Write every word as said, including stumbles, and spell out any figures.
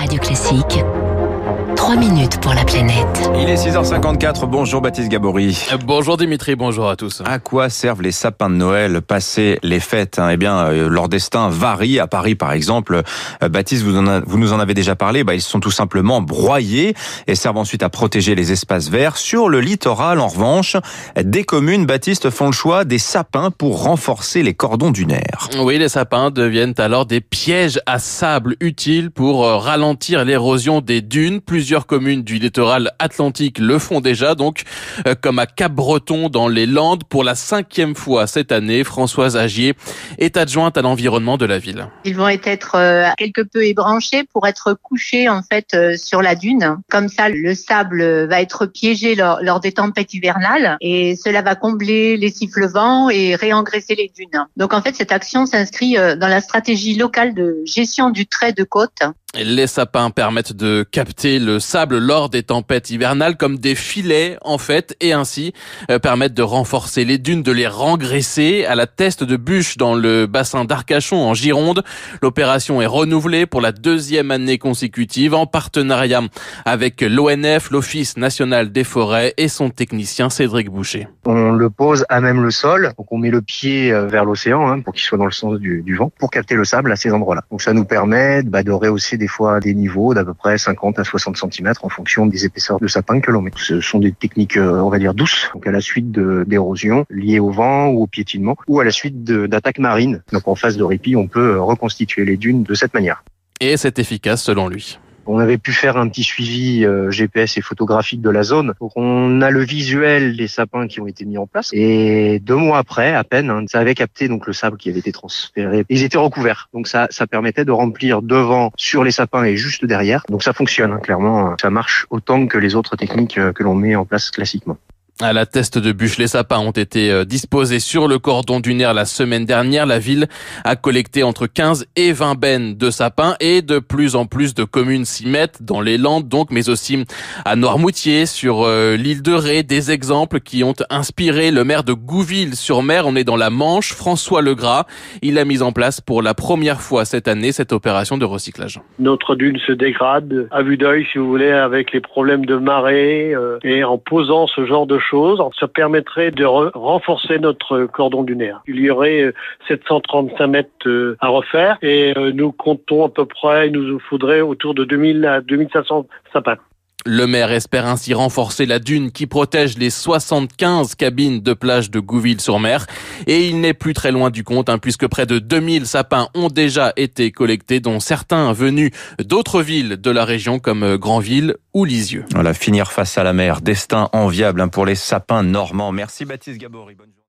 Radio Classique. Trois minutes pour la planète. Il est six heures cinquante-quatre. Bonjour Baptiste Gabory. Bonjour Dimitri, bonjour à tous. À quoi servent les sapins de Noël passé les fêtes? Eh bien, euh, leur destin varie. À Paris, par exemple, euh, Baptiste, vous, en a, vous nous en avez déjà parlé. Bah, ils sont tout simplement broyés et servent ensuite à protéger les espaces verts. Sur le littoral, en revanche, des communes, Baptiste, font le choix des sapins pour renforcer les cordons dunaires. Oui, les sapins deviennent alors des pièges à sable utiles pour ralentir l'érosion des dunes. Plusieurs communes du littoral atlantique le font déjà, donc euh, comme à Cap-Breton dans les Landes. Pour la cinquième fois cette année, Françoise Agier est adjointe à l'environnement de la ville. Ils vont être euh, quelque peu ébranchés pour être couchés en fait euh, sur la dune. Comme ça, le sable va être piégé lors, lors des tempêtes hivernales et cela va combler les sifflevents et réengraisser les dunes. Donc en fait, cette action s'inscrit euh, dans la stratégie locale de gestion du trait de côte. Les sapins permettent de capter le sable lors des tempêtes hivernales comme des filets en fait, et ainsi euh, permettent de renforcer les dunes, de les rengraisser. À la Teste de Buch dans le bassin d'Arcachon en Gironde, l'opération est renouvelée pour la deuxième année consécutive en partenariat avec l'O N F, l'Office national des forêts, et son technicien Cédric Boucher. On le pose à même le sol, donc on met le pied vers l'océan hein, pour qu'il soit dans le sens du, du vent, pour capter le sable à ces endroits-là. Donc ça nous permet bah, de rehausser des fois des niveaux d'à peu près cinquante à soixante centimètres en fonction des épaisseurs de sapin que l'on met. Ce sont des techniques, on va dire, douces, donc à la suite de, d'érosion liée au vent ou au piétinement, ou à la suite de, d'attaques marines. Donc en phase de répit, on peut reconstituer les dunes de cette manière. Et c'est efficace selon lui. On avait pu faire un petit suivi euh, G P S et photographique de la zone. Donc on a le visuel des sapins qui ont été mis en place. Et deux mois après, à peine, hein, ça avait capté donc le sable qui avait été transféré. Ils étaient recouverts. Donc ça, ça permettait de remplir devant, sur les sapins et juste derrière. Donc ça fonctionne, hein, clairement. Ça marche autant que les autres techniques que l'on met en place classiquement. À la Teste de Buch, les sapins ont été disposés sur le cordon dunaire la semaine dernière. La ville a collecté entre quinze et vingt bennes de sapins et de plus en plus de communes s'y mettent, dans les Landes donc, mais aussi à Noirmoutier, sur l'île de Ré. Des exemples qui ont inspiré le maire de Gouville-sur-Mer. On est dans la Manche, François Legras. Il a mis en place pour la première fois cette année cette opération de recyclage. Notre dune se dégrade à vue d'œil, si vous voulez, avec les problèmes de marée euh, et en posant ce genre de choses, ça permettrait de re- renforcer notre cordon dunaire. Il y aurait sept cent trente-cinq mètres à refaire et nous comptons à peu près, il nous faudrait autour de deux mille à deux mille cinq cents sapins. Le maire espère ainsi renforcer la dune qui protège les soixante-quinze cabines de plage de Gouville-sur-Mer. Et il n'est plus très loin du compte, hein, puisque près de deux mille sapins ont déjà été collectés, dont certains venus d'autres villes de la région comme Granville ou Lisieux. Voilà, finir face à la mer, destin enviable hein, pour les sapins normands. Merci Baptiste Gabory. Bonne journée.